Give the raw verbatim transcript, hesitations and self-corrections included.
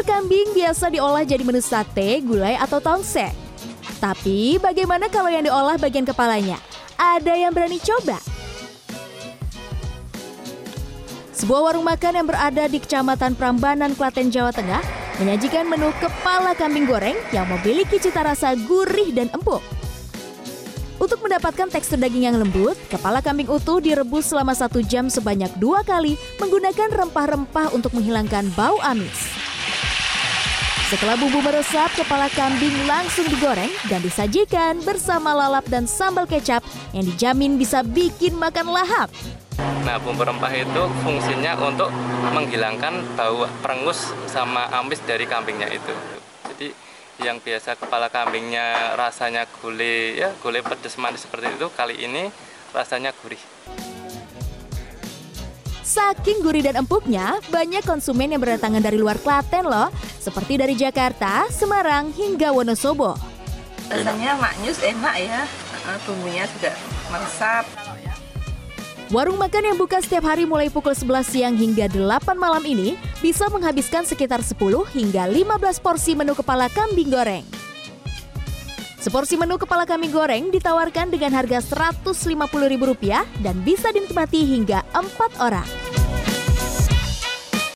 kambing biasa diolah jadi menu sate, gulai, atau tongseng. Tapi bagaimana kalau yang diolah bagian kepalanya? Ada yang berani coba? Sebuah warung makan yang berada di Kecamatan Prambanan, Klaten, Jawa Tengah menyajikan menu kepala kambing goreng yang memiliki cita rasa gurih dan empuk. Untuk mendapatkan tekstur daging yang lembut, kepala kambing utuh direbus selama satu jam sebanyak dua kali menggunakan rempah-rempah untuk menghilangkan bau amis. Setelah bumbu meresap, kepala kambing langsung digoreng dan disajikan bersama lalap dan sambal kecap yang dijamin bisa bikin makan lahap. Nah, bumbu rempah itu fungsinya untuk menghilangkan bau perengus sama amis dari kambingnya itu. Jadi yang biasa kepala kambingnya rasanya gulai, ya gulai pedas manis seperti itu, kali ini rasanya gurih. Saking gurih dan empuknya, banyak konsumen yang berdatangan dari luar Klaten loh, seperti dari Jakarta, Semarang, hingga Wonosobo. Rasanya maknyus, enak ya, bumbunya juga meresap. Warung makan yang buka setiap hari mulai pukul sebelas siang hingga delapan malam ini bisa menghabiskan sekitar sepuluh hingga lima belas porsi menu kepala kambing goreng. Seporsi menu kepala kambing goreng ditawarkan dengan harga seratus lima puluh ribu rupiah dan bisa dinikmati hingga empat orang.